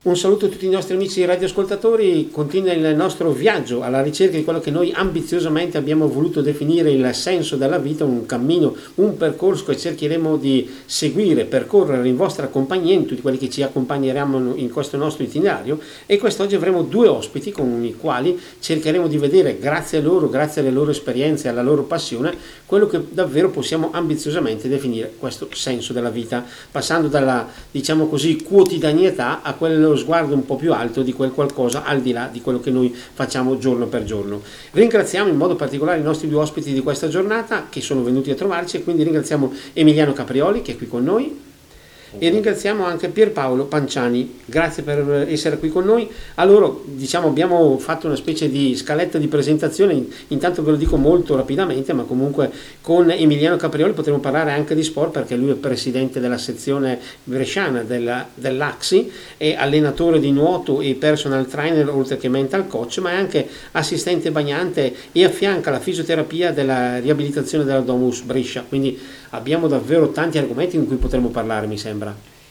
Un saluto a tutti i nostri amici radioascoltatori, continua il nostro viaggio alla ricerca di quello che noi ambiziosamente abbiamo voluto definire il senso della vita, un cammino, un percorso che cercheremo di seguire, percorrere in vostra compagnia, in tutti quelli che ci accompagneranno in questo nostro itinerario, e quest'oggi avremo due ospiti con i quali cercheremo di vedere, grazie a loro, grazie alle loro esperienze e alla loro passione, quello che davvero possiamo ambiziosamente definire questo senso della vita, passando dalla, diciamo così, quotidianità a quello sguardo un po' più alto di quel qualcosa al di là di quello che noi facciamo giorno per giorno. Ringraziamo in modo particolare i nostri due ospiti di questa giornata che sono venuti a trovarci, e quindi ringraziamo Emiliano Caprioli che è qui con noi e ringraziamo anche Pierpaolo Panciani, grazie per essere qui con noi. Allora, diciamo, abbiamo fatto una specie di scaletta di presentazione, intanto ve lo dico molto rapidamente, ma comunque con Emiliano Caprioli potremo parlare anche di sport, perché lui è presidente della sezione bresciana dell'AXI, è allenatore di nuoto e personal trainer oltre che mental coach, ma è anche assistente bagnante e affianca la fisioterapia della riabilitazione della Domus Brescia, quindi abbiamo davvero tanti argomenti in cui potremo parlare, mi sembra.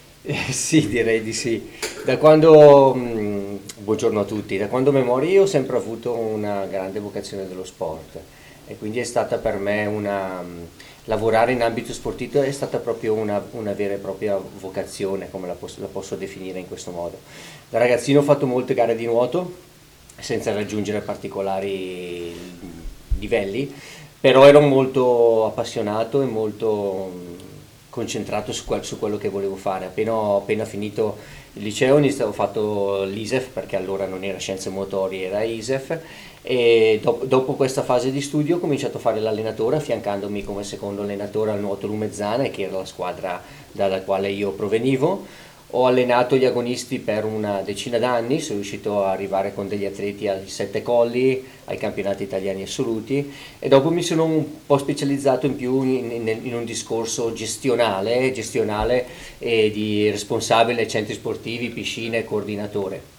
Sì, direi di sì. Da quando, buongiorno a tutti, da quando memoria io ho sempre avuto una grande vocazione dello sport e quindi è stata per me lavorare in ambito sportivo è stata proprio una vera e propria vocazione, come la posso definire in questo modo. Da ragazzino ho fatto molte gare di nuoto senza raggiungere particolari livelli, però ero molto appassionato e molto concentrato su quello che volevo fare. Appena finito il liceo ho fatto l'ISEF, perché allora non era scienze motorie, era ISEF, e dopo questa fase di studio ho cominciato a fare l'allenatore, affiancandomi come secondo allenatore al Nuoto Lumezzane, che era la squadra dalla quale io provenivo. Ho allenato gli agonisti per una decina d'anni, sono riuscito a arrivare con degli atleti ai 7 colli, ai campionati italiani assoluti, e dopo mi sono un po' specializzato in più in un discorso gestionale e di responsabile centri sportivi, piscine, coordinatore.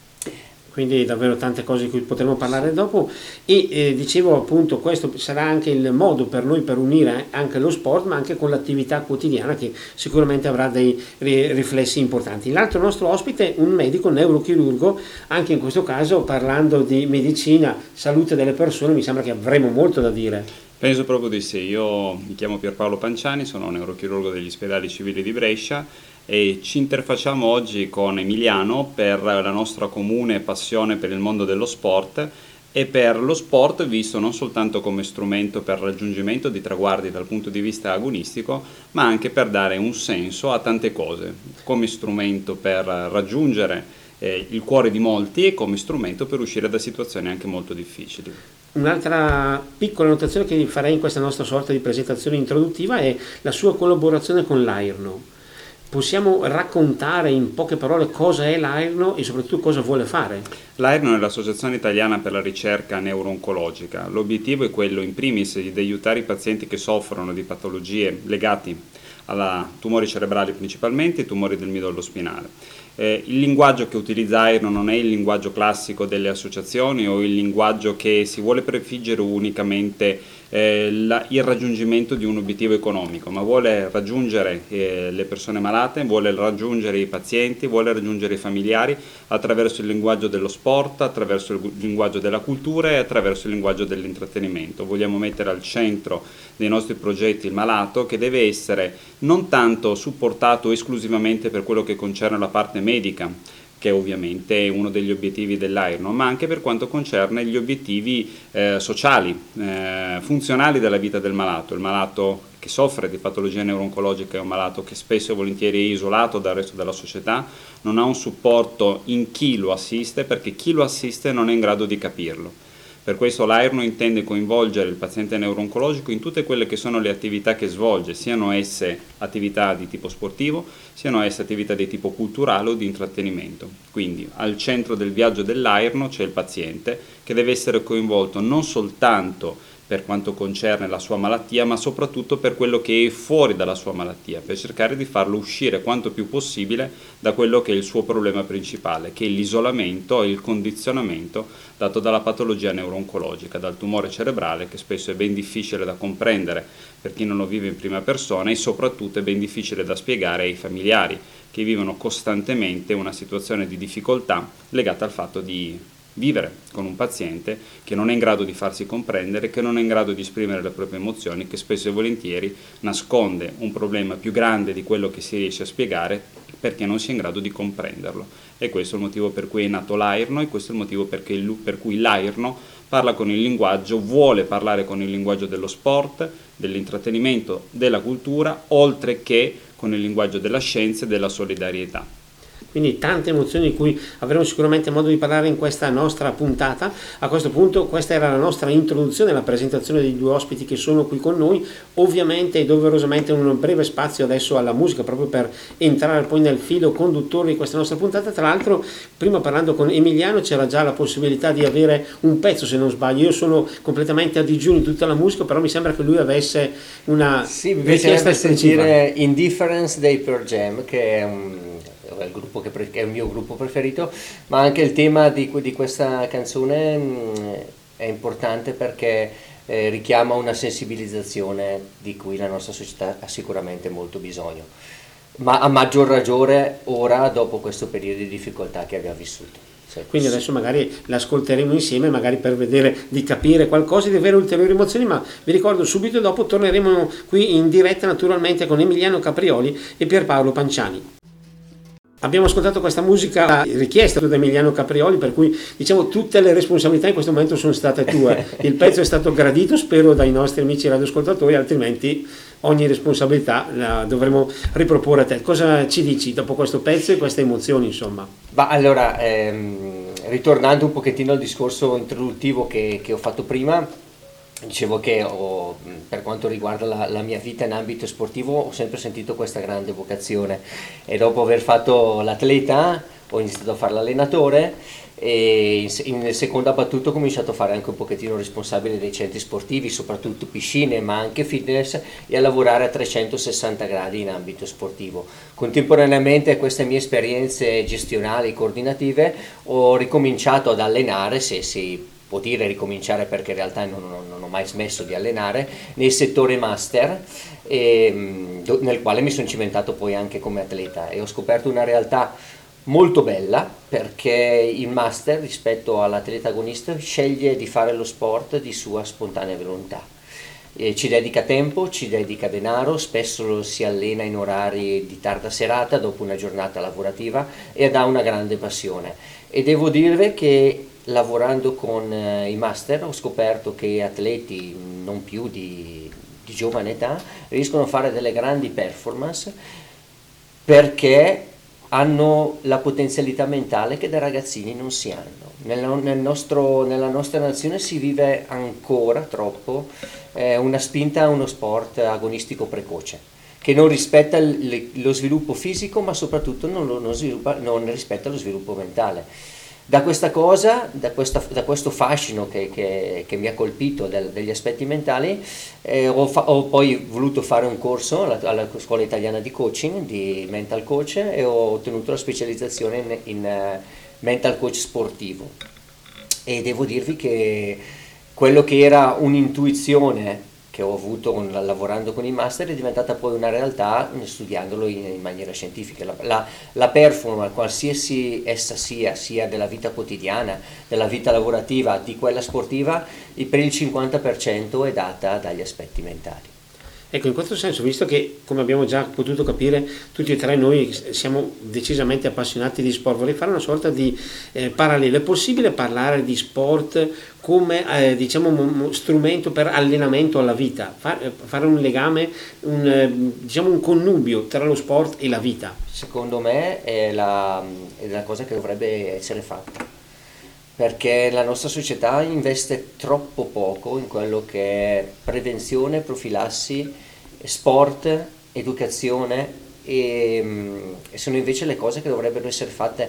Quindi davvero tante cose di cui potremo parlare dopo, e dicevo appunto questo sarà anche il modo per noi per unire anche lo sport ma anche con l'attività quotidiana, che sicuramente avrà dei riflessi importanti. L'altro nostro ospite è un medico neurochirurgo, anche in questo caso parlando di medicina, salute delle persone, mi sembra che avremo molto da dire. Penso proprio di sì. Io mi chiamo Pierpaolo Panciani, sono neurochirurgo degli ospedali civili di Brescia e ci interfacciamo oggi con Emiliano per la nostra comune passione per il mondo dello sport e per lo sport visto non soltanto come strumento per raggiungimento di traguardi dal punto di vista agonistico, ma anche per dare un senso a tante cose, come strumento per raggiungere il cuore di molti e come strumento per uscire da situazioni anche molto difficili. Un'altra piccola notazione che farei in questa nostra sorta di presentazione introduttiva è la sua collaborazione con l'AIRNO. Possiamo raccontare in poche parole cosa è l'AIRNO e soprattutto cosa vuole fare? L'AIRNO è l'Associazione Italiana per la Ricerca Neuro-Oncologica. L'obiettivo è quello, in primis, di aiutare i pazienti che soffrono di patologie legate a tumori cerebrali principalmente e tumori del midollo spinale. Il linguaggio che utilizza AIRNO non è il linguaggio classico delle associazioni o il linguaggio che si vuole prefiggere unicamente il raggiungimento di un obiettivo economico, ma vuole raggiungere le persone malate, vuole raggiungere i pazienti, vuole raggiungere i familiari attraverso il linguaggio dello sport, attraverso il linguaggio della cultura e attraverso il linguaggio dell'intrattenimento. Vogliamo mettere al centro dei nostri progetti il malato, che deve essere non tanto supportato esclusivamente per quello che concerne la parte medica, che ovviamente è uno degli obiettivi dell'AIRNO, ma anche per quanto concerne gli obiettivi sociali, funzionali della vita del malato. Il malato che soffre di patologia neuro-oncologica è un malato che spesso e volentieri è isolato dal resto della società, non ha un supporto in chi lo assiste, perché chi lo assiste non è in grado di capirlo. Per questo l'AIRNO intende coinvolgere il paziente neuro-oncologico in tutte quelle che sono le attività che svolge, siano esse attività di tipo sportivo, siano esse attività di tipo culturale o di intrattenimento. Quindi al centro del viaggio dell'AIRNO c'è il paziente, che deve essere coinvolto non soltanto per quanto concerne la sua malattia, ma soprattutto per quello che è fuori dalla sua malattia, per cercare di farlo uscire quanto più possibile da quello che è il suo problema principale, che è l'isolamento e il condizionamento dato dalla patologia neurooncologica, dal tumore cerebrale, che spesso è ben difficile da comprendere per chi non lo vive in prima persona e soprattutto è ben difficile da spiegare ai familiari che vivono costantemente una situazione di difficoltà legata al fatto di vivere con un paziente che non è in grado di farsi comprendere, che non è in grado di esprimere le proprie emozioni, che spesso e volentieri nasconde un problema più grande di quello che si riesce a spiegare perché non si è in grado di comprenderlo. E questo è il motivo per cui è nato l'AIRNO e questo è il motivo per cui l'AIRNO parla con il linguaggio, vuole parlare con il linguaggio dello sport, dell'intrattenimento, della cultura, oltre che con il linguaggio della scienza e della solidarietà. Quindi tante emozioni di cui avremo sicuramente modo di parlare in questa nostra puntata. A questo punto questa era la nostra introduzione, la presentazione dei due ospiti che sono qui con noi, ovviamente e doverosamente un breve spazio adesso alla musica proprio per entrare poi nel filo conduttore di questa nostra puntata. Tra l'altro prima parlando con Emiliano c'era già la possibilità di avere un pezzo, se non sbaglio, io sono completamente a digiuno in tutta la musica, però mi sembra che lui avesse una richiesta espressiva. Sentire Indifference dei Pearl Jam, che è il gruppo che è il mio gruppo preferito, ma anche il tema di questa canzone è importante perché richiama una sensibilizzazione di cui la nostra società ha sicuramente molto bisogno, ma a maggior ragione ora dopo questo periodo di difficoltà che abbiamo vissuto. Quindi adesso magari l'ascolteremo insieme, magari per vedere di capire qualcosa, di avere ulteriori emozioni, ma vi ricordo subito dopo torneremo qui in diretta naturalmente con Emiliano Caprioli e Pierpaolo Panciani. Abbiamo ascoltato questa musica richiesta da Emiliano Caprioli, per cui diciamo tutte le responsabilità in questo momento sono state tue. Il pezzo è stato gradito, spero, dai nostri amici radioascoltatori, altrimenti ogni responsabilità la dovremo riproporre a te. Cosa ci dici dopo questo pezzo e queste emozioni, insomma? Allora, ritornando un pochettino al discorso introduttivo che ho fatto prima, dicevo che per quanto riguarda la mia vita in ambito sportivo ho sempre sentito questa grande vocazione e dopo aver fatto l'atleta ho iniziato a fare l'allenatore e in seconda battuta ho cominciato a fare anche un pochettino responsabile dei centri sportivi, soprattutto piscine ma anche fitness, e a lavorare a 360 gradi in ambito sportivo. Contemporaneamente a queste mie esperienze gestionali coordinative ho ricominciato ad allenare, se si può dire ricominciare perché in realtà non ho mai smesso di allenare, nel settore master, nel quale mi sono cimentato poi anche come atleta e ho scoperto una realtà molto bella perché il master rispetto all'atleta agonista sceglie di fare lo sport di sua spontanea volontà. Ci dedica tempo, ci dedica denaro, spesso si allena in orari di tarda serata dopo una giornata lavorativa e ha una grande passione. E devo dire che lavorando con i master ho scoperto che atleti non più di giovane età riescono a fare delle grandi performance perché hanno la potenzialità mentale che da ragazzini non si hanno. Nella nostra nazione si vive ancora troppo una spinta a uno sport agonistico precoce che non rispetta lo sviluppo fisico ma soprattutto non rispetta lo sviluppo mentale. Da questa cosa, da questo fascino che mi ha colpito degli aspetti mentali, ho poi voluto fare un corso alla Scuola Italiana di Coaching, di Mental Coach, e ho ottenuto la specializzazione in Mental Coach sportivo. E devo dirvi che quello che era un'intuizione che ho avuto lavorando con i master è diventata poi una realtà studiandolo in maniera scientifica. La performance, qualsiasi essa sia della vita quotidiana, della vita lavorativa, di quella sportiva, per il 50% è data dagli aspetti mentali. Ecco, in questo senso, visto che, come abbiamo già potuto capire, tutti e tre noi siamo decisamente appassionati di sport, vorrei fare una sorta di parallelo. È possibile parlare di sport come diciamo strumento per allenamento alla vita, fare un legame, diciamo un connubio tra lo sport e la vita? Secondo me è la cosa che dovrebbe essere fatta, perché la nostra società investe troppo poco in quello che è prevenzione, profilassi, sport, educazione e sono invece le cose che dovrebbero essere fatte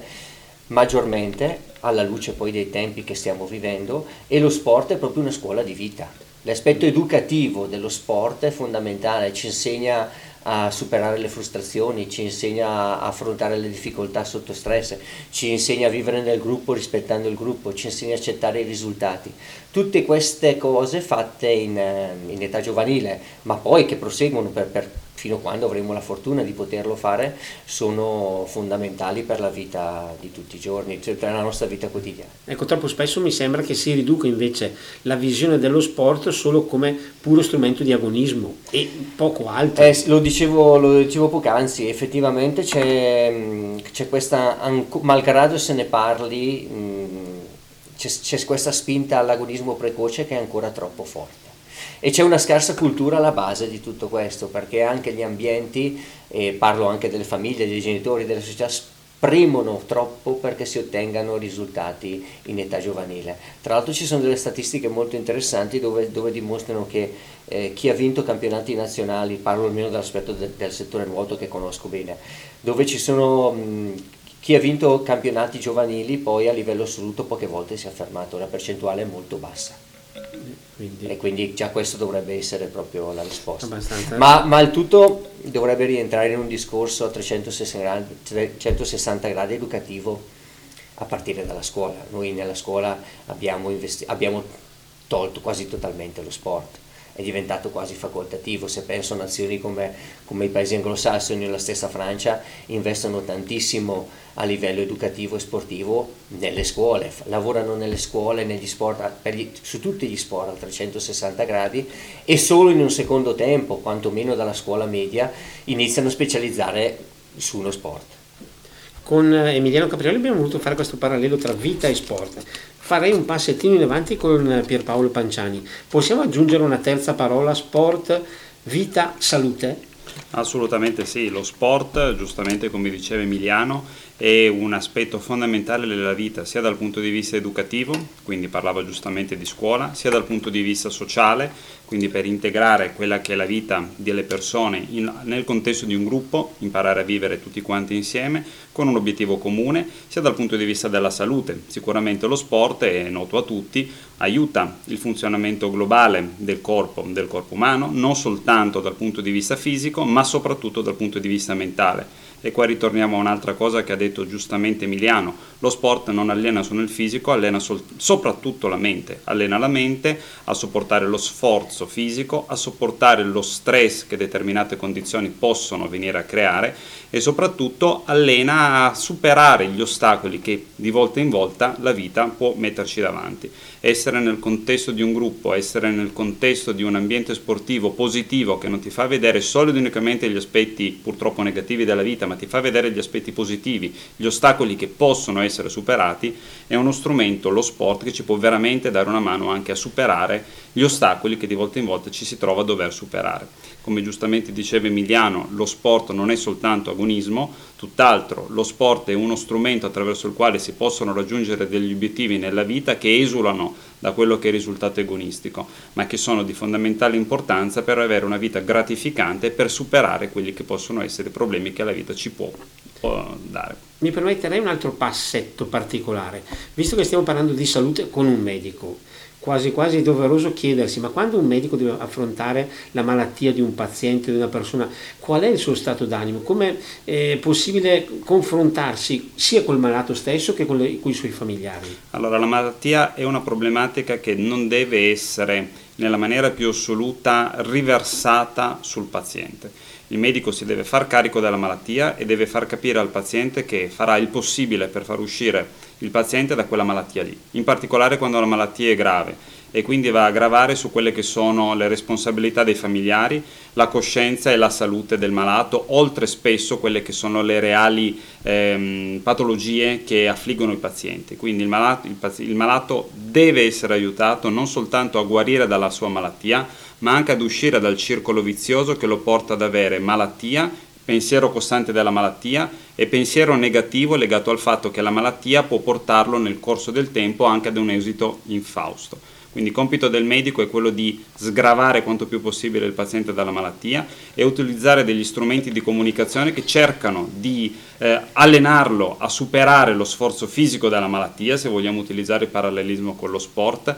maggiormente alla luce poi dei tempi che stiamo vivendo, e lo sport è proprio una scuola di vita. L'aspetto educativo dello sport è fondamentale, ci insegna a superare le frustrazioni, ci insegna a affrontare le difficoltà sotto stress, ci insegna a vivere nel gruppo rispettando il gruppo, ci insegna a accettare i risultati. Tutte queste cose fatte in età giovanile, ma poi che proseguono fino a quando avremo la fortuna di poterlo fare, sono fondamentali per la vita di tutti i giorni, cioè per la nostra vita quotidiana. Ecco, troppo spesso mi sembra che si riduca invece la visione dello sport solo come puro strumento di agonismo e poco altro. Lo dicevo poc'anzi, effettivamente c'è questa, malgrado se ne parli, c'è questa spinta all'agonismo precoce che è ancora troppo forte. E c'è una scarsa cultura alla base di tutto questo, perché anche gli ambienti, parlo anche delle famiglie, dei genitori, delle società, premono troppo perché si ottengano risultati in età giovanile. Tra l'altro ci sono delle statistiche molto interessanti dove dimostrano che chi ha vinto campionati nazionali, parlo almeno dall'aspetto del settore nuoto che conosco bene, dove ci sono chi ha vinto campionati giovanili poi a livello assoluto poche volte si è affermato, una percentuale molto bassa. E quindi già questo dovrebbe essere proprio la risposta. Ma il tutto dovrebbe rientrare in un discorso a 360 gradi educativo a partire dalla scuola. Noi nella scuola abbiamo tolto quasi totalmente lo sport, è diventato quasi facoltativo. Se penso a nazioni come i paesi anglosassoni o la stessa Francia, investono tantissimo a livello educativo e sportivo nelle scuole, lavorano nelle scuole, negli sport, su tutti gli sport a 360 gradi, e solo in un secondo tempo, quantomeno dalla scuola media, iniziano a specializzare su uno sport. Con Emiliano Caprioli abbiamo voluto fare questo parallelo tra vita e sport. Farei un passettino in avanti con Pierpaolo Panciani. Possiamo aggiungere una terza parola: sport, vita, salute? Assolutamente sì, lo sport, giustamente come diceva Emiliano, è un aspetto fondamentale della vita, sia dal punto di vista educativo, quindi parlava giustamente di scuola, sia dal punto di vista sociale, quindi per integrare quella che è la vita delle persone nel contesto di un gruppo, imparare a vivere tutti quanti insieme con un obiettivo comune, sia dal punto di vista della salute. Sicuramente lo sport, è noto a tutti, aiuta il funzionamento globale del corpo umano, non soltanto dal punto di vista fisico, ma soprattutto dal punto di vista mentale. E qua ritorniamo a un'altra cosa che ha detto giustamente Emiliano: lo sport non allena solo il fisico, allena soprattutto la mente, allena la mente a sopportare lo sforzo fisico, a sopportare lo stress che determinate condizioni possono venire a creare, e soprattutto allena a superare gli ostacoli che di volta in volta la vita può metterci davanti. Essere nel contesto di un gruppo, essere nel contesto di un ambiente sportivo positivo che non ti fa vedere solo ed unicamente gli aspetti purtroppo negativi della vita, ma ti fa vedere gli aspetti positivi, gli ostacoli che possono essere superati, è uno strumento, lo sport, che ci può veramente dare una mano anche a superare gli ostacoli che di volta in volta ci si trova a dover superare. Come giustamente diceva Emiliano, lo sport non è soltanto agonismo, tutt'altro. Lo sport è uno strumento attraverso il quale si possono raggiungere degli obiettivi nella vita che esulano da quello che è il risultato agonistico, ma che sono di fondamentale importanza per avere una vita gratificante e per superare quelli che possono essere i problemi che la vita ci può dare. Mi permetterei un altro passetto particolare, visto che stiamo parlando di salute con un medico. Quasi quasi doveroso chiedersi: ma quando un medico deve affrontare la malattia di un paziente, di una persona, qual è il suo stato d'animo? Come è possibile confrontarsi sia col malato stesso che con i suoi familiari? Allora, la malattia è una problematica che non deve essere nella maniera più assoluta riversata sul paziente. Il medico si deve far carico della malattia e deve far capire al paziente che farà il possibile per far uscire il paziente da quella malattia lì, in particolare quando la malattia è grave, e quindi va a gravare su quelle che sono le responsabilità dei familiari, la coscienza e la salute del malato, oltre spesso quelle che sono le reali patologie che affliggono i pazienti. Quindi il malato deve essere aiutato non soltanto a guarire dalla sua malattia, ma anche ad uscire dal circolo vizioso che lo porta ad avere malattia, pensiero costante della malattia e pensiero negativo legato al fatto che la malattia può portarlo nel corso del tempo anche ad un esito infausto. Quindi il compito del medico è quello di sgravare quanto più possibile il paziente dalla malattia e utilizzare degli strumenti di comunicazione che cercano di allenarlo a superare lo sforzo fisico della malattia, se vogliamo utilizzare il parallelismo con lo sport,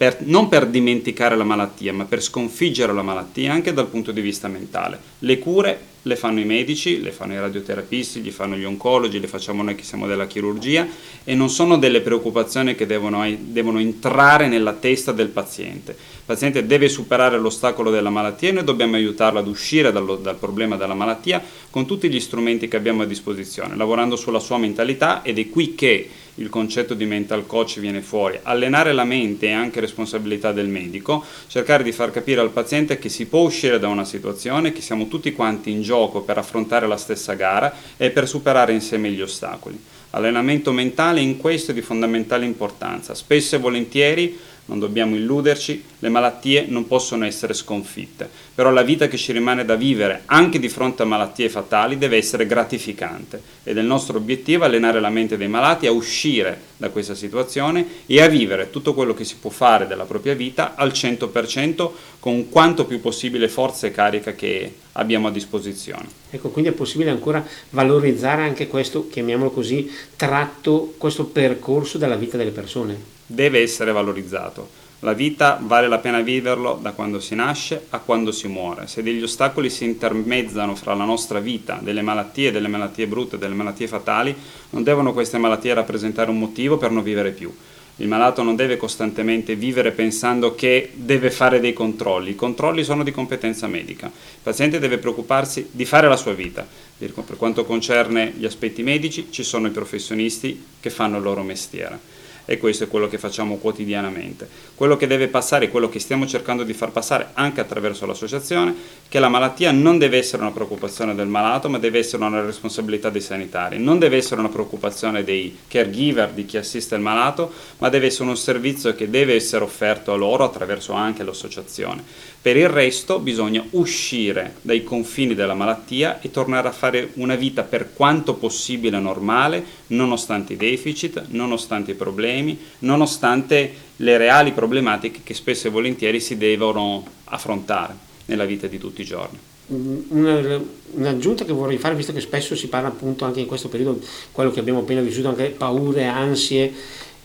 non per dimenticare la malattia, ma per sconfiggere la malattia anche dal punto di vista mentale. Le cure le fanno i medici, le fanno i radioterapisti, li fanno gli oncologi, le facciamo noi che siamo della chirurgia, e non sono delle preoccupazioni che devono entrare nella testa del paziente. Il paziente deve superare l'ostacolo della malattia e noi dobbiamo aiutarlo ad uscire dal problema della malattia con tutti gli strumenti che abbiamo a disposizione, lavorando sulla sua mentalità, ed è qui che il concetto di mental coach viene fuori. Allenare la mente è anche responsabilità del medico, cercare di far capire al paziente che si può uscire da una situazione, che siamo tutti quanti in gioco per affrontare la stessa gara e per superare insieme gli ostacoli. Allenamento mentale in questo è di fondamentale importanza. Spesso e volentieri, non dobbiamo illuderci, le malattie non possono essere sconfitte, però la vita che ci rimane da vivere anche di fronte a malattie fatali deve essere gratificante, ed è il nostro obiettivo allenare la mente dei malati a uscire da questa situazione e a vivere tutto quello che si può fare della propria vita al 100% con quanto più possibile forza e carica che abbiamo a disposizione. Ecco, quindi è possibile ancora valorizzare anche questo, chiamiamolo così, tratto, questo percorso della vita delle persone. Deve essere valorizzato. La vita vale la pena viverlo da quando si nasce a quando si muore. Se degli ostacoli si intermezzano fra la nostra vita, delle malattie brutte, delle malattie fatali, non devono queste malattie rappresentare un motivo per non vivere più. Il malato non deve costantemente vivere pensando che deve fare dei controlli. I controlli sono di competenza medica. Il paziente deve preoccuparsi di fare la sua vita. Per quanto concerne gli aspetti medici, ci sono i professionisti che fanno il loro mestiere. E questo è quello che facciamo quotidianamente. Quello che deve passare, quello che stiamo cercando di far passare anche attraverso l'associazione, che la malattia non deve essere una preoccupazione del malato, ma deve essere una responsabilità dei sanitari. Non deve essere una preoccupazione dei caregiver, di chi assiste il malato, ma deve essere un servizio che deve essere offerto a loro attraverso anche l'associazione. Per il resto bisogna uscire dai confini della malattia e tornare a fare una vita per quanto possibile normale, nonostante i deficit, nonostante i problemi, nonostante le reali problematiche che spesso e volentieri si devono affrontare nella vita di tutti i giorni. Un'aggiunta che vorrei fare, visto che spesso si parla appunto anche in questo periodo, quello che abbiamo appena vissuto, anche paure, ansie.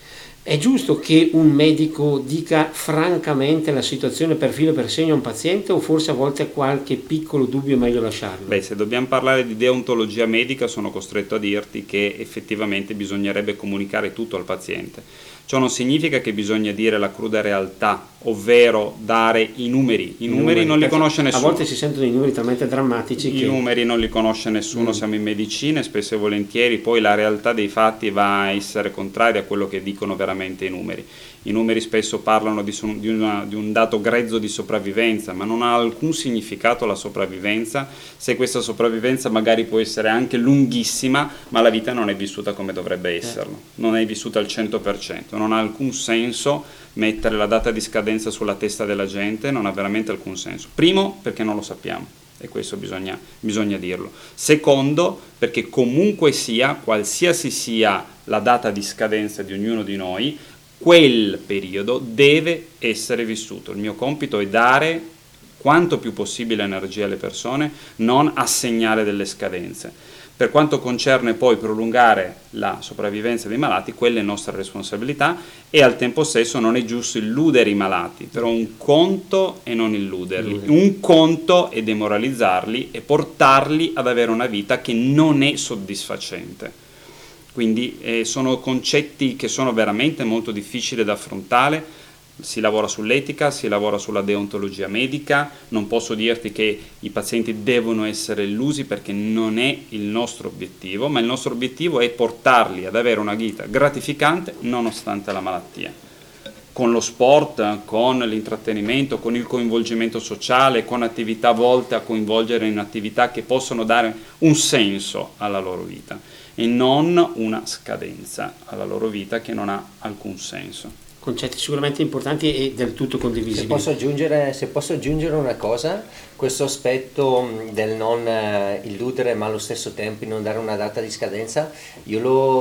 È giusto che un medico dica francamente la situazione per filo e per segno a un paziente, o forse a volte qualche piccolo dubbio è meglio lasciarlo? Beh, se dobbiamo parlare di deontologia medica, sono costretto a dirti che effettivamente bisognerebbe comunicare tutto al paziente. Ciò non significa che bisogna dire la cruda realtà, ovvero dare i numeri. I numeri non li conosce nessuno. A volte si sentono i numeri talmente drammatici che... I numeri non li conosce nessuno, siamo in medicina e spesso e volentieri poi la realtà dei fatti va a essere contraria a quello che dicono veramente i numeri. I numeri spesso parlano di un dato grezzo di sopravvivenza, ma non ha alcun significato la sopravvivenza se questa sopravvivenza magari può essere anche lunghissima, ma la vita non è vissuta come dovrebbe esserlo, non è vissuta al 100%. Non ha alcun senso mettere la data di scadenza sulla testa della gente, non ha veramente alcun senso. Primo, perché non lo sappiamo, e questo bisogna dirlo. Secondo, perché comunque sia, qualsiasi sia la data di scadenza di ognuno di noi, quel periodo deve essere vissuto. Il mio compito è dare quanto più possibile energia alle persone, non assegnare delle scadenze. Per quanto concerne poi prolungare la sopravvivenza dei malati, quella è nostra responsabilità, e al tempo stesso non è giusto illudere i malati, però un conto è non illuderli, un conto è demoralizzarli e portarli ad avere una vita che non è soddisfacente. Quindi sono concetti che sono veramente molto difficili da affrontare. Si lavora sull'etica, si lavora sulla deontologia medica. Non posso dirti che i pazienti devono essere illusi, perché non è il nostro obiettivo, ma il nostro obiettivo è portarli ad avere una vita gratificante nonostante la malattia. Con lo sport, con l'intrattenimento, con il coinvolgimento sociale, con attività volte a coinvolgere in attività che possono dare un senso alla loro vita e non una scadenza alla loro vita che non ha alcun senso. Concetti sicuramente importanti e del tutto condivisibili. Se posso aggiungere una cosa, questo aspetto del non illudere ma allo stesso tempo non dare una data di scadenza, io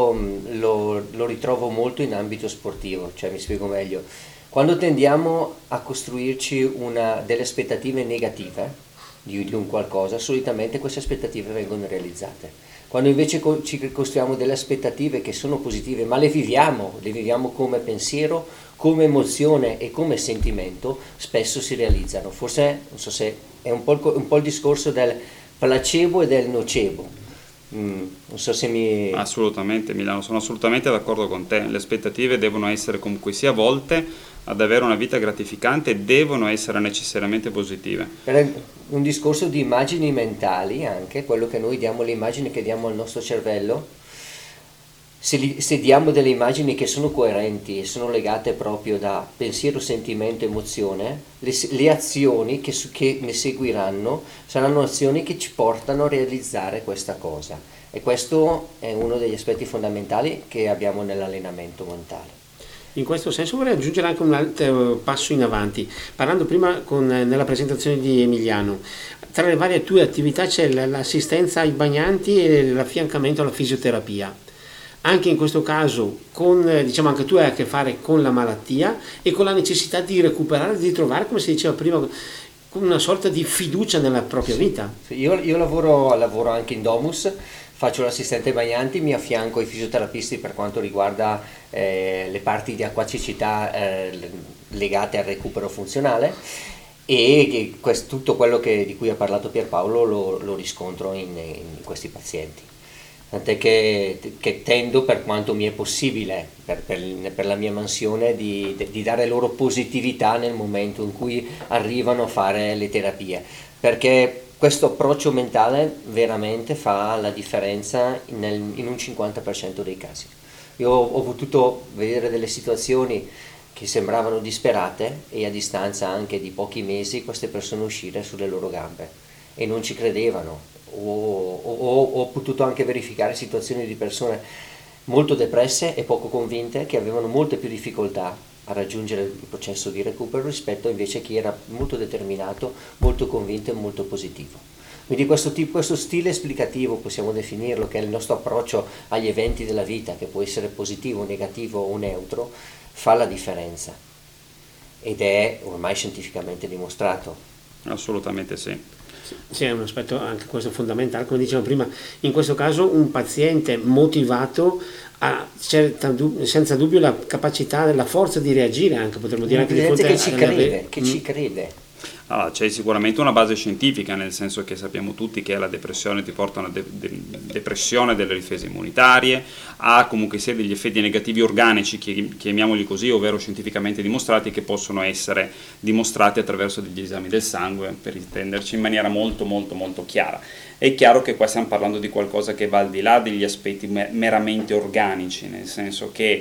lo ritrovo molto in ambito sportivo, cioè mi spiego meglio. Quando tendiamo a costruirci delle aspettative negative di un qualcosa, solitamente queste aspettative vengono realizzate. quando invece ci costruiamo delle aspettative che sono positive, ma le viviamo come pensiero, come emozione e come sentimento, spesso si realizzano. Forse, non so se è un po' il discorso del placebo e del nocebo. Non so se mi... Assolutamente, Milano, sono assolutamente d'accordo con te. Le aspettative devono essere comunque sia volte ad avere una vita gratificante e devono essere necessariamente positive. Per un discorso di immagini mentali, anche quello che noi diamo, le immagini che diamo al nostro cervello, se diamo delle immagini che sono coerenti e sono legate proprio da pensiero, sentimento, emozione, le azioni che ne seguiranno saranno azioni che ci portano a realizzare questa cosa, e questo è uno degli aspetti fondamentali che abbiamo nell'allenamento mentale. In questo senso vorrei aggiungere anche un altro passo in avanti, parlando prima nella presentazione di Emiliano. Tra le varie tue attività c'è l'assistenza ai bagnanti e l'affiancamento alla fisioterapia. Anche in questo caso, diciamo, anche tu hai a che fare con la malattia e con la necessità di recuperare, di trovare, come si diceva prima, una sorta di fiducia nella propria vita. Io lavoro anche in Domus, faccio l'assistente ai bagnanti, mi affianco ai fisioterapisti per quanto riguarda le parti di acquacecità legate al recupero funzionale, e tutto quello di cui ha parlato Pierpaolo lo riscontro in questi pazienti. Tant'è che tendo, per quanto mi è possibile, per la mia mansione, di dare loro positività nel momento in cui arrivano a fare le terapie, perché questo approccio mentale veramente fa la differenza in un 50% dei casi. Io ho potuto vedere delle situazioni che sembravano disperate e a distanza anche di pochi mesi queste persone uscire sulle loro gambe e non ci credevano. Ho potuto anche verificare situazioni di persone molto depresse e poco convinte, che avevano molte più difficoltà a raggiungere il processo di recupero rispetto invece a chi era molto determinato, molto convinto e molto positivo. Quindi questo stile esplicativo, possiamo definirlo, che è il nostro approccio agli eventi della vita, che può essere positivo, negativo o neutro, fa la differenza ed è ormai scientificamente dimostrato. Assolutamente sì. Sì, è un aspetto anche questo fondamentale, come dicevo prima. In questo caso un paziente motivato ha senza dubbio la capacità, la forza di reagire, anche potremmo dire anche di fronte che ci crede. Allora, c'è sicuramente una base scientifica, nel senso che sappiamo tutti che la depressione ti porta a una depressione delle difese immunitarie, ha comunque sia degli effetti negativi organici, chiamiamoli così, ovvero scientificamente dimostrati, che possono essere dimostrati attraverso degli esami del sangue, per intenderci in maniera molto molto molto chiara. È chiaro che qua stiamo parlando di qualcosa che va al di là degli aspetti meramente organici, nel senso che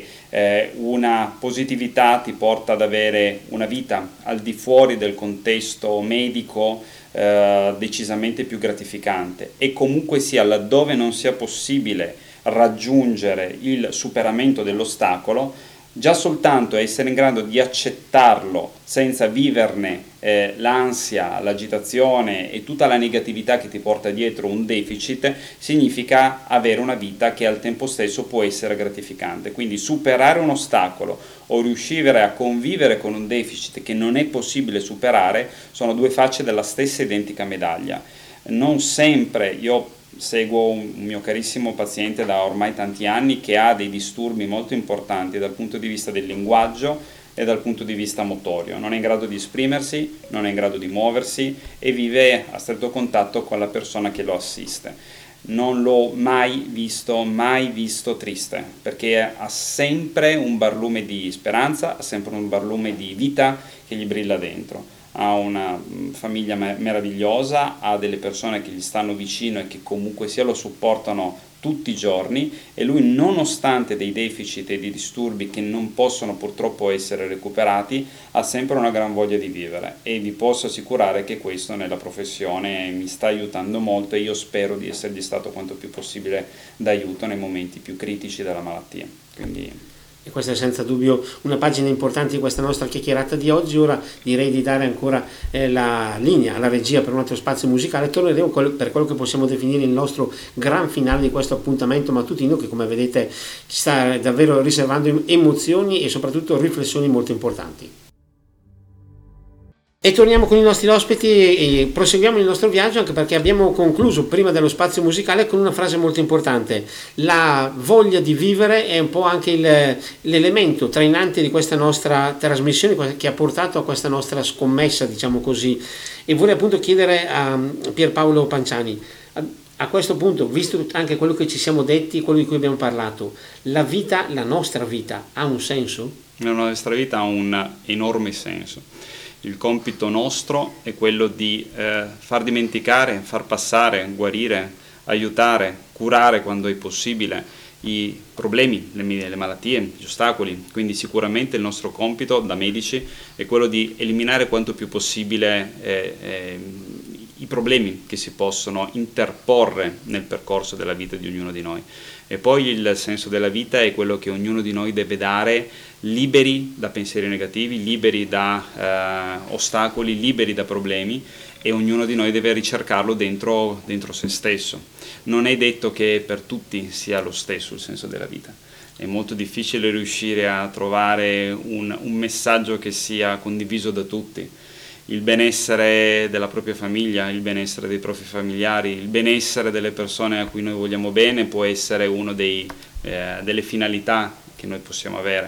una positività ti porta ad avere una vita al di fuori del contesto medico decisamente più gratificante, e comunque sia, laddove non sia possibile raggiungere il superamento dell'ostacolo, già soltanto essere in grado di accettarlo senza viverne l'ansia, l'agitazione e tutta la negatività che ti porta dietro un deficit, significa avere una vita che al tempo stesso può essere gratificante. Quindi superare un ostacolo o riuscire a convivere con un deficit che non è possibile superare sono due facce della stessa identica medaglia. Non sempre, io seguo un mio carissimo paziente da ormai tanti anni che ha dei disturbi molto importanti dal punto di vista del linguaggio e dal punto di vista motorio, non è in grado di esprimersi, non è in grado di muoversi e vive a stretto contatto con la persona che lo assiste. Non l'ho mai visto triste, perché ha sempre un barlume di speranza, ha sempre un barlume di vita che gli brilla dentro. Ha una famiglia meravigliosa, ha delle persone che gli stanno vicino e che comunque sia lo supportano tutti i giorni, e lui, nonostante dei deficit e di disturbi che non possono purtroppo essere recuperati, ha sempre una gran voglia di vivere, e vi posso assicurare che questo nella professione mi sta aiutando molto, e io spero di essergli stato quanto più possibile d'aiuto nei momenti più critici della malattia. Quindi... E questa è senza dubbio una pagina importante di questa nostra chiacchierata di oggi. Ora direi di dare ancora la linea alla regia per un altro spazio musicale. Torneremo per quello che possiamo definire il nostro gran finale di questo appuntamento mattutino, che come vedete ci sta davvero riservando emozioni e soprattutto riflessioni molto importanti. E torniamo con i nostri ospiti e proseguiamo il nostro viaggio, anche perché abbiamo concluso prima dello spazio musicale con una frase molto importante. La voglia di vivere è un po' anche l'elemento trainante di questa nostra trasmissione, che ha portato a questa nostra scommessa, diciamo così. E vorrei appunto chiedere a Pierpaolo Panciani, a questo punto, visto anche quello che ci siamo detti, quello di cui abbiamo parlato, la vita, la nostra vita, ha un senso? La nostra vita ha un enorme senso. Il compito nostro è quello di far dimenticare, far passare, guarire, aiutare, curare quando è possibile i problemi, le malattie, gli ostacoli. Quindi sicuramente il nostro compito da medici è quello di eliminare quanto più possibile i problemi che si possono interporre nel percorso della vita di ognuno di noi. E poi il senso della vita è quello che ognuno di noi deve dare, liberi da pensieri negativi, liberi da ostacoli, liberi da problemi, e ognuno di noi deve ricercarlo dentro se stesso. Non è detto che per tutti sia lo stesso il senso della vita. È molto difficile riuscire a trovare un messaggio che sia condiviso da tutti. Il benessere della propria famiglia, il benessere dei propri familiari, il benessere delle persone a cui noi vogliamo bene può essere una delle finalità che noi possiamo avere.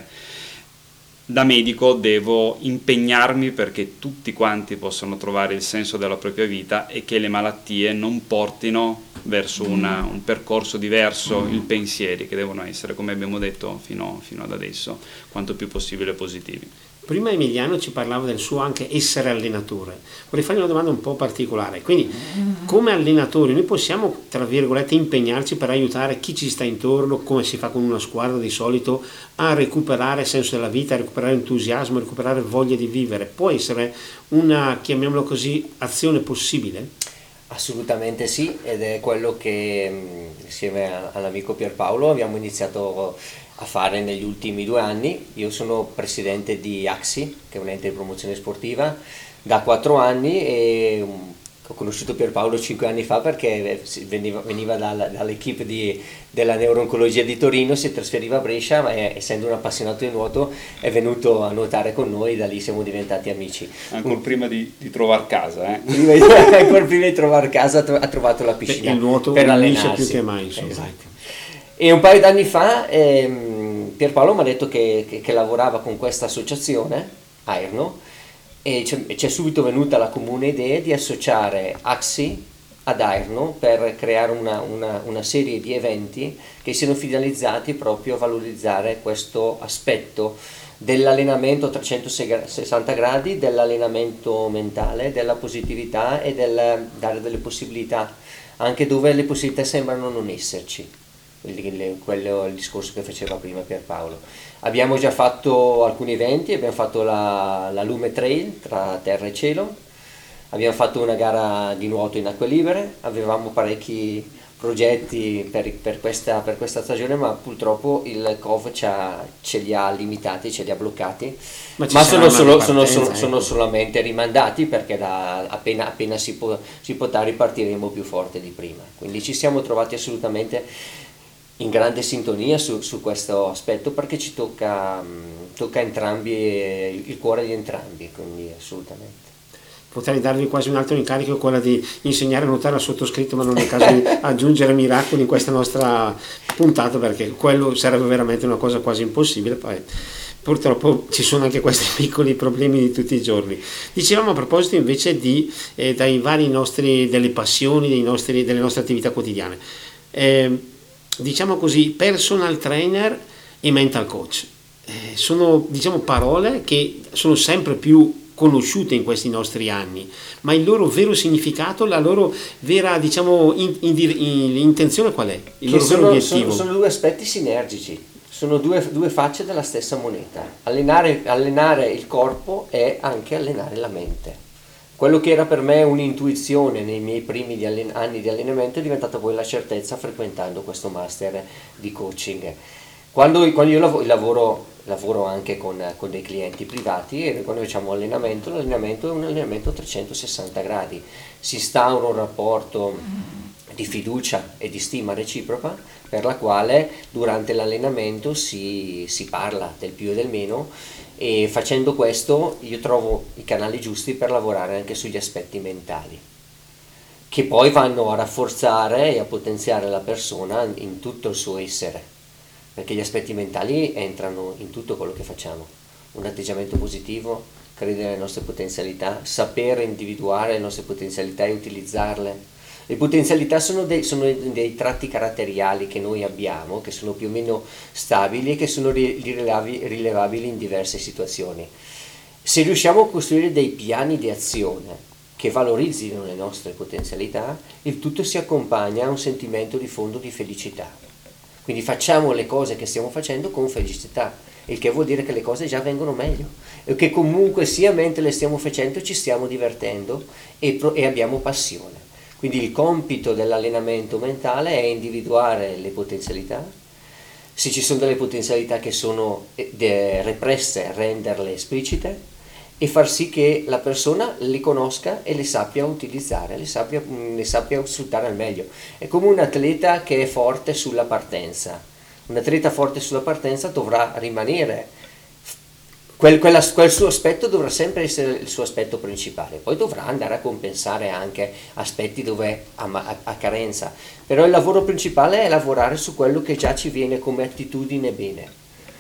Da medico devo impegnarmi perché tutti quanti possano trovare il senso della propria vita e che le malattie non portino verso un percorso diverso, i pensieri che devono essere, come abbiamo detto fino ad adesso, quanto più possibile positivi. Prima Emiliano ci parlava del suo anche essere allenatore. Vorrei fargli una domanda un po' particolare. Quindi, come allenatori, noi possiamo, tra virgolette, impegnarci per aiutare chi ci sta intorno, come si fa con una squadra di solito, a recuperare senso della vita, a recuperare entusiasmo, a recuperare voglia di vivere? Può essere una, chiamiamolo così, azione possibile? Assolutamente sì, ed è quello che insieme all'amico Pierpaolo abbiamo iniziato a fare negli ultimi 2 anni. Io sono presidente di AXI, che è un ente di promozione sportiva, da 4 anni, e ho conosciuto Pierpaolo 5 anni fa perché veniva dall'equipe della neurooncologia di Torino, si trasferiva a Brescia, ma essendo un appassionato di nuoto è venuto a nuotare con noi, da lì siamo diventati amici. Ancora prima di trovare casa, Ancora prima di trovare casa ha trovato la piscina il nuoto per unisce allenarsi. più che mai, insomma. Esatto. E un paio d'anni fa Pierpaolo mi ha detto che lavorava con questa associazione, AIRNO, e ci è subito venuta la comune idea di associare AXI ad AIRNO per creare una serie di eventi che siano finalizzati proprio a valorizzare questo aspetto dell'allenamento a 360 gradi, dell'allenamento mentale, della positività e del dare delle possibilità, anche dove le possibilità sembrano non esserci. Quello è il discorso che faceva prima Pierpaolo. Abbiamo già fatto alcuni eventi, abbiamo fatto la Lume Trail tra terra e cielo, abbiamo fatto una gara di nuoto in acque libere, avevamo parecchi progetti per questa stagione, ma purtroppo il Covid ce li ha limitati, ce li ha bloccati, ma sono solamente rimandati, perché appena si potrà ripartiremo più forte di prima. Quindi ci siamo trovati assolutamente in grande sintonia su questo aspetto, perché ci tocca entrambi, il cuore di entrambi, quindi assolutamente. Potrei darvi quasi un altro incarico, quello di insegnare a nuotare al sottoscritto, ma non è il caso di aggiungere miracoli in questa nostra puntata, perché quello sarebbe veramente una cosa quasi impossibile. Poi purtroppo ci sono anche questi piccoli problemi di tutti i giorni. Dicevamo a proposito invece dai vari nostri, delle passioni, delle nostre attività quotidiane. Diciamo così, personal trainer e mental coach. Sono, diciamo, parole che sono sempre più conosciute in questi nostri anni, ma il loro vero significato, la loro vera, diciamo, intenzione qual è? Il loro vero obiettivo? Sono 2 aspetti sinergici, sono due facce della stessa moneta. Allenare il corpo è anche allenare la mente. Quello che era per me un'intuizione nei miei primi anni di allenamento è diventata poi la certezza frequentando questo master di coaching. Quando io lavoro anche con dei clienti privati, e quando facciamo l'allenamento è un allenamento a 360 gradi. Si instaura un rapporto di fiducia e di stima reciproca, per la quale durante l'allenamento si parla del più e del meno, e facendo questo io trovo i canali giusti per lavorare anche sugli aspetti mentali, che poi vanno a rafforzare e a potenziare la persona in tutto il suo essere, perché gli aspetti mentali entrano in tutto quello che facciamo. Un atteggiamento positivo, credere nelle nostre potenzialità, sapere individuare le nostre potenzialità e utilizzarle. Le potenzialità sono dei tratti caratteriali che noi abbiamo, che sono più o meno stabili e che sono rilevabili in diverse situazioni. Se riusciamo a costruire dei piani di azione che valorizzino le nostre potenzialità, il tutto si accompagna a un sentimento di fondo di felicità. Quindi facciamo le cose che stiamo facendo con felicità, il che vuol dire che le cose già vengono meglio, e che comunque sia mentre le stiamo facendo ci stiamo divertendo e abbiamo passione. Quindi il compito dell'allenamento mentale è individuare le potenzialità. Se ci sono delle potenzialità che sono represse, renderle esplicite e far sì che la persona le conosca e le sappia utilizzare, le sappia sfruttare al meglio. È come un atleta che è forte sulla partenza. Un atleta forte sulla partenza dovrà rimanere, quel suo aspetto dovrà sempre essere il suo aspetto principale, poi dovrà andare a compensare anche aspetti dove ha carenza, però il lavoro principale è lavorare su quello che già ci viene come attitudine bene,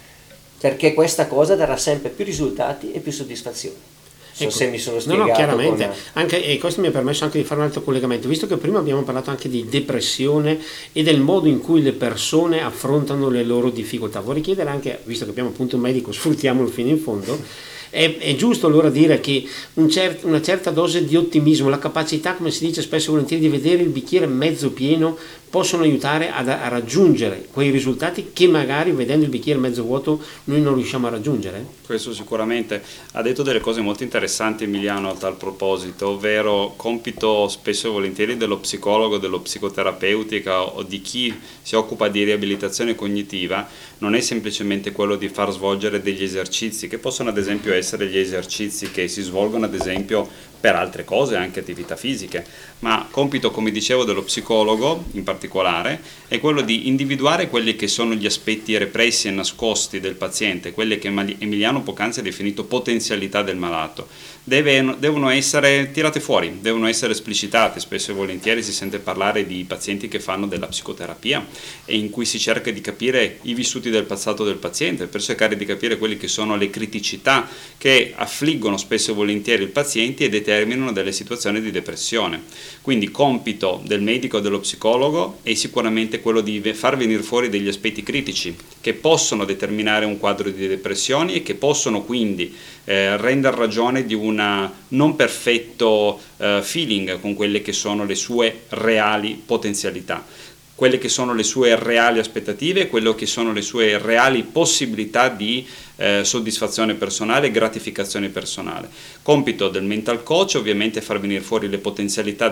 perché questa cosa darà sempre più risultati e più soddisfazione. Ecco, Se mi sono spiegato. no, chiaramente, anche, e questo mi ha permesso anche di fare un altro collegamento, visto che prima abbiamo parlato anche di depressione e del modo in cui le persone affrontano le loro difficoltà. Vorrei chiedere anche, visto che abbiamo appunto un medico, sfruttiamolo fino in fondo, è giusto allora dire che una certa dose di ottimismo, la capacità, come si dice spesso e volentieri, di vedere il bicchiere mezzo pieno, possono aiutare a raggiungere quei risultati che magari vedendo il bicchiere mezzo vuoto noi non riusciamo a raggiungere? Questo sicuramente. Ha detto delle cose molto interessanti Emiliano a tal proposito, ovvero compito spesso e volentieri dello psicologo, dello psicoterapeutica o di chi si occupa di riabilitazione cognitiva non è semplicemente quello di far svolgere degli esercizi, che possono ad esempio essere gli esercizi che si svolgono ad esempio per altre cose, anche attività fisiche, ma compito, come dicevo, dello psicologo in particolare è quello di individuare quelli che sono gli aspetti repressi e nascosti del paziente, quelle che Emiliano poc'anzi ha definito potenzialità del malato. Devono essere tirate fuori, devono essere esplicitate. Spesso e volentieri si sente parlare di pazienti che fanno della psicoterapia e in cui si cerca di capire i vissuti del passato del paziente per cercare di capire quelle che sono le criticità che affliggono spesso e volentieri il paziente e determinano delle situazioni di depressione. Quindi compito del medico e dello psicologo è sicuramente quello di far venire fuori degli aspetti critici che possono determinare un quadro di depressioni e che possono quindi rendere ragione di un non perfetto feeling con quelle che sono le sue reali potenzialità, quelle che sono le sue reali aspettative, quello che sono le sue reali possibilità di soddisfazione personale e gratificazione personale. Compito del mental coach ovviamente è far venire fuori le potenzialità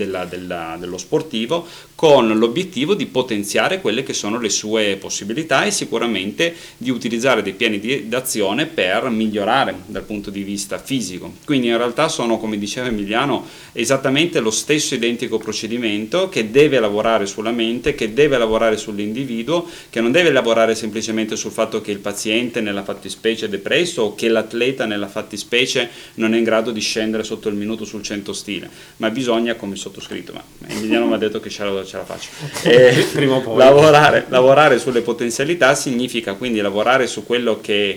dello sportivo con l'obiettivo di potenziare quelle che sono le sue possibilità e sicuramente di utilizzare dei piani d'azione per migliorare dal punto di vista fisico. Quindi in realtà sono, come diceva Emiliano, esattamente lo stesso identico procedimento che deve lavorare sulla mente, che deve lavorare sull'individuo, che non deve lavorare semplicemente sul fatto che il paziente nella fattispecie è depresso o che l'atleta nella fattispecie non è in grado di scendere sotto il minuto sul 100 stile, ma bisogna, come sottoscritto, ma Emiliano mi ha detto che ce la faccio, Prima o poi. lavorare sulle potenzialità significa quindi lavorare su quello che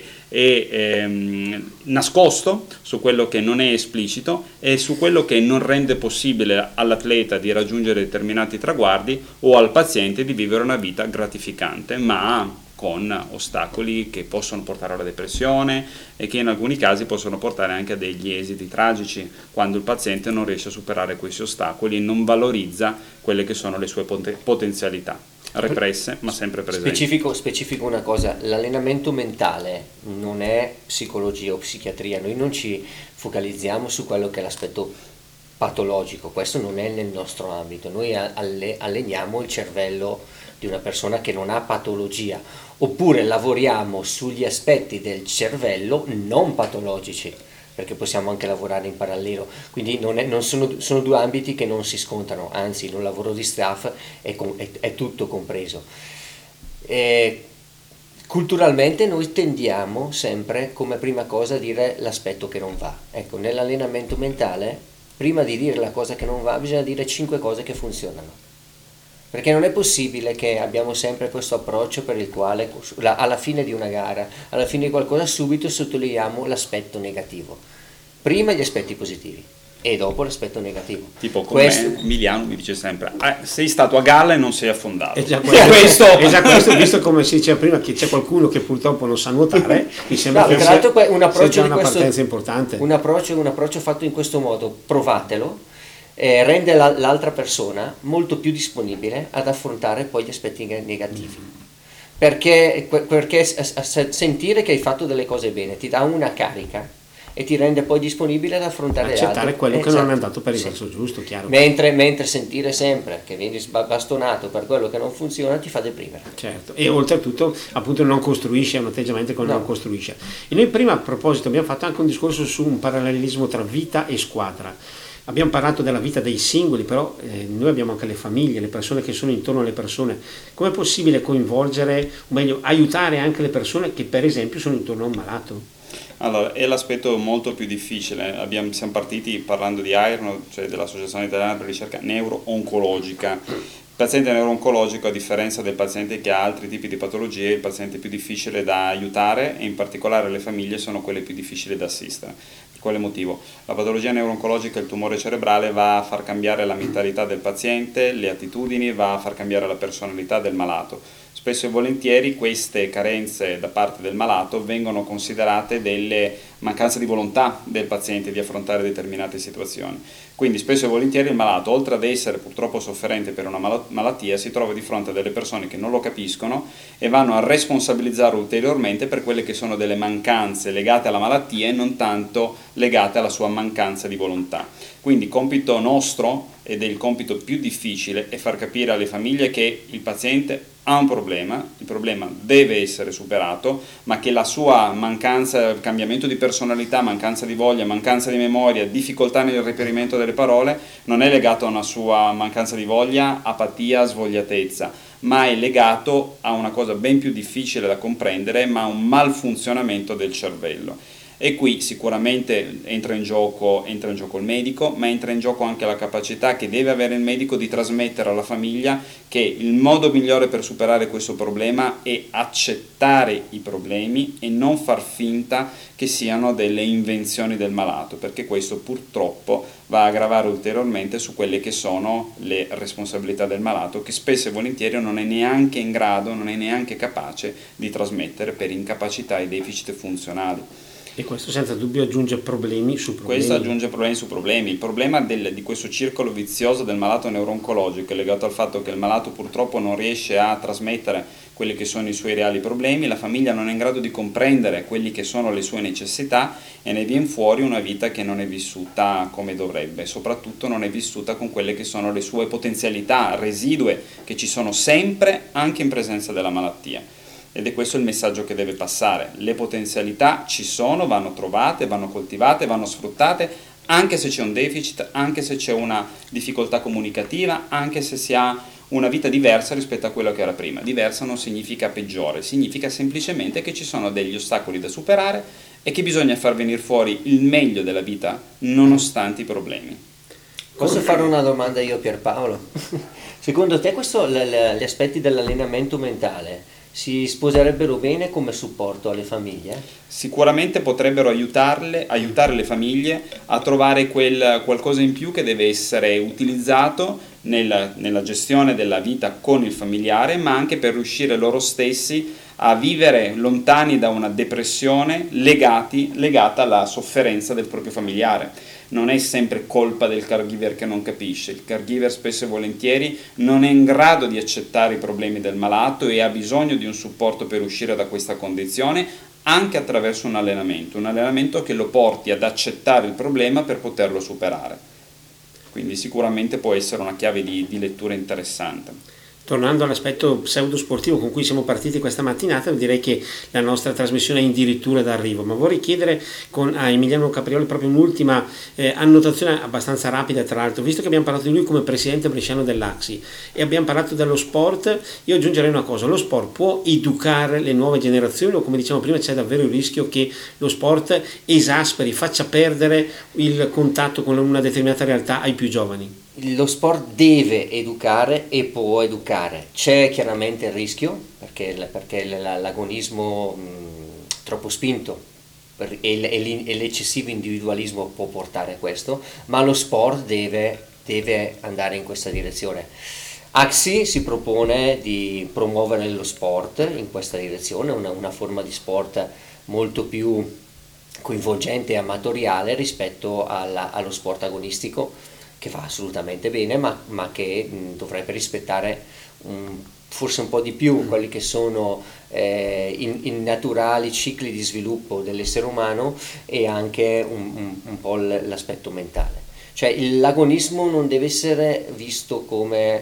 è nascosto, su quello che non è esplicito e su quello che non rende possibile all'atleta di raggiungere determinati traguardi o al paziente di vivere una vita gratificante, ma con ostacoli che possono portare alla depressione e che in alcuni casi possono portare anche a degli esiti tragici quando il paziente non riesce a superare questi ostacoli e non valorizza quelle che sono le sue potenzialità represse ma sempre presenti. Specifico una cosa, l'allenamento mentale non è psicologia o psichiatria, noi non ci focalizziamo su quello che è l'aspetto patologico, questo non è nel nostro ambito, noi alleniamo il cervello di una persona che non ha patologia, oppure lavoriamo sugli aspetti del cervello non patologici, perché possiamo anche lavorare in parallelo, quindi sono due ambiti che non si scontrano, anzi il lavoro di staff è tutto compreso. Culturalmente noi tendiamo sempre come prima cosa a dire l'aspetto che non va. Ecco, nell'allenamento mentale, prima di dire la cosa che non va, bisogna dire 5 cose che funzionano. Perché non è possibile che abbiamo sempre questo approccio per il quale alla fine di una gara, alla fine di qualcosa, subito sottolineiamo l'aspetto negativo. Prima gli aspetti positivi e dopo l'aspetto negativo. Tipo come Emiliano mi dice sempre, sei stato a galla e non sei affondato. È già questo, visto come si diceva prima che c'è qualcuno che purtroppo non sa nuotare, mi sembra che sia una partenza importante. Un approccio fatto in questo modo, provatelo, rende l'altra persona molto più disponibile ad affrontare poi gli aspetti negativi. Perché sentire che hai fatto delle cose bene ti dà una carica e ti rende poi disponibile ad affrontare accettare quello che non è andato per il verso giusto, chiaro. Mentre sentire sempre che vieni bastonato per quello che non funziona ti fa deprimere. Certo, e oltretutto appunto non costruisce, è un atteggiamento che non costruisce. E noi prima a proposito abbiamo fatto anche un discorso su un parallelismo tra vita e squadra. Abbiamo parlato della vita dei singoli, però noi abbiamo anche le famiglie, le persone che sono intorno alle persone. Com'è possibile coinvolgere, o meglio, aiutare anche le persone che per esempio sono intorno a un malato? Allora, è l'aspetto molto più difficile. Siamo partiti parlando di AIRNO, cioè dell'Associazione Italiana per la Ricerca Neuro-Oncologica. Il paziente neuro-oncologico, a differenza del paziente che ha altri tipi di patologie, è il paziente più difficile da aiutare e in particolare le famiglie sono quelle più difficili da assistere. Per quale motivo? La patologia neuro-oncologica, il tumore cerebrale, va a far cambiare la mentalità del paziente, le attitudini, va a far cambiare la personalità del malato. Spesso e volentieri queste carenze da parte del malato vengono considerate delle mancanze di volontà del paziente di affrontare determinate situazioni. Quindi spesso e volentieri il malato, oltre ad essere purtroppo sofferente per una malattia, si trova di fronte a delle persone che non lo capiscono e vanno a responsabilizzarlo ulteriormente per quelle che sono delle mancanze legate alla malattia e non tanto legate alla sua mancanza di volontà. Quindi compito nostro, ed è il compito più difficile, è far capire alle famiglie che il paziente ha un problema, il problema deve essere superato, ma che la sua mancanza, cambiamento di personalità, mancanza di voglia, mancanza di memoria, difficoltà nel reperimento delle parole, non è legato a una sua mancanza di voglia, apatia, svogliatezza, ma è legato a una cosa ben più difficile da comprendere, ma a un malfunzionamento del cervello. E qui sicuramente entra in gioco il medico, ma entra in gioco anche la capacità che deve avere il medico di trasmettere alla famiglia che il modo migliore per superare questo problema è accettare i problemi e non far finta che siano delle invenzioni del malato, perché questo purtroppo va a gravare ulteriormente su quelle che sono le responsabilità del malato, che spesso e volentieri non è neanche in grado, non è neanche capace di trasmettere per incapacità e deficit funzionali. E questo senza dubbio aggiunge problemi su problemi. Questo aggiunge problemi su problemi. Il problema di questo circolo vizioso del malato neuro-oncologico è legato al fatto che il malato purtroppo non riesce a trasmettere quelli che sono i suoi reali problemi, la famiglia non è in grado di comprendere quelli che sono le sue necessità e ne viene fuori una vita che non è vissuta come dovrebbe, soprattutto non è vissuta con quelle che sono le sue potenzialità residue che ci sono sempre anche in presenza della malattia. Ed è questo il messaggio che deve passare. Le potenzialità ci sono, vanno trovate, vanno coltivate, vanno sfruttate, anche se c'è un deficit, anche se c'è una difficoltà comunicativa, anche se si ha una vita diversa rispetto a quella che era prima. Diversa non significa peggiore, significa semplicemente che ci sono degli ostacoli da superare e che bisogna far venire fuori il meglio della vita nonostante i problemi. Posso fare una domanda io, Pierpaolo? Secondo te gli aspetti dell'allenamento mentale si sposerebbero bene come supporto alle famiglie? Sicuramente potrebbero aiutare le famiglie a trovare quel qualcosa in più che deve essere utilizzato nella gestione della vita con il familiare, ma anche per riuscire loro stessi a vivere lontani da una depressione legata alla sofferenza del proprio familiare. Non è sempre colpa del caregiver che non capisce, il caregiver spesso e volentieri non è in grado di accettare i problemi del malato e ha bisogno di un supporto per uscire da questa condizione anche attraverso un allenamento che lo porti ad accettare il problema per poterlo superare. Quindi sicuramente può essere una chiave di lettura interessante. Tornando all'aspetto pseudo-sportivo con cui siamo partiti questa mattinata, direi che la nostra trasmissione è addirittura d'arrivo, ma vorrei chiedere a Emiliano Caprioli proprio un'ultima annotazione abbastanza rapida, tra l'altro, visto che abbiamo parlato di lui come presidente bresciano dell'AXI e abbiamo parlato dello sport, io aggiungerei una cosa: lo sport può educare le nuove generazioni o, come diciamo prima, c'è davvero il rischio che lo sport esasperi, faccia perdere il contatto con una determinata realtà ai più giovani? Lo sport deve educare e può educare. C'è chiaramente il rischio, perché l'agonismo troppo spinto e l'eccessivo individualismo può portare a questo, ma lo sport deve andare in questa direzione. AXI si propone di promuovere lo sport in questa direzione, una forma di sport molto più coinvolgente e amatoriale rispetto allo sport agonistico, che va assolutamente bene, ma che dovrebbe rispettare forse un po' di più quelli che sono i naturali cicli di sviluppo dell'essere umano e anche un po' l'aspetto mentale. Cioè l'agonismo non deve essere visto come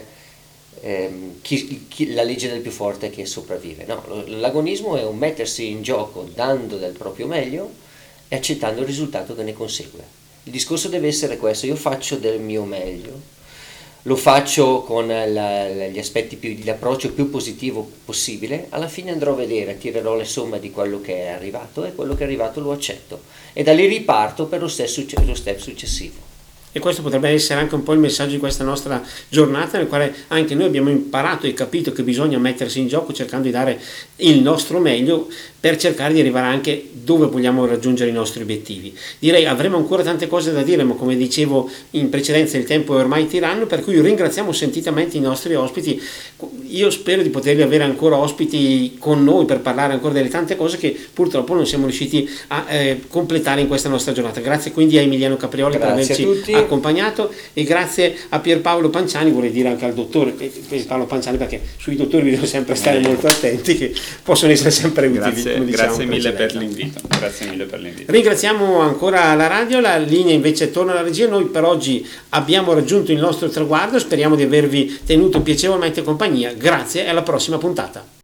la legge del più forte che sopravvive. No, l'agonismo è un mettersi in gioco dando del proprio meglio e accettando il risultato che ne consegue. Il discorso deve essere questo: io faccio del mio meglio, lo faccio con gli aspetti l'approccio più positivo possibile, alla fine andrò a vedere, tirerò le somme di quello che è arrivato e quello che è arrivato lo accetto e da lì riparto per lo step successivo. E questo potrebbe essere anche un po' il messaggio di questa nostra giornata, nel quale anche noi abbiamo imparato e capito che bisogna mettersi in gioco cercando di dare il nostro meglio per cercare di arrivare anche dove vogliamo raggiungere i nostri obiettivi. Direi avremo ancora tante cose da dire, ma come dicevo in precedenza il tempo è ormai tiranno, per cui ringraziamo sentitamente i nostri ospiti. Io spero di poterli avere ancora ospiti con noi per parlare ancora delle tante cose che purtroppo non siamo riusciti a completare in questa nostra giornata. Grazie quindi a Emiliano Caprioli per averci accompagnato e grazie a Pierpaolo Panciani, vorrei dire anche al dottore Pierpaolo Panciani, perché sui dottori bisogna sempre stare molto attenti, che possono essere sempre utili. Grazie mille per l'invito. Ringraziamo ancora la radio, la linea invece torna alla regia. Noi per oggi abbiamo raggiunto il nostro traguardo, speriamo di avervi tenuto piacevolmente compagnia. Grazie e alla prossima puntata.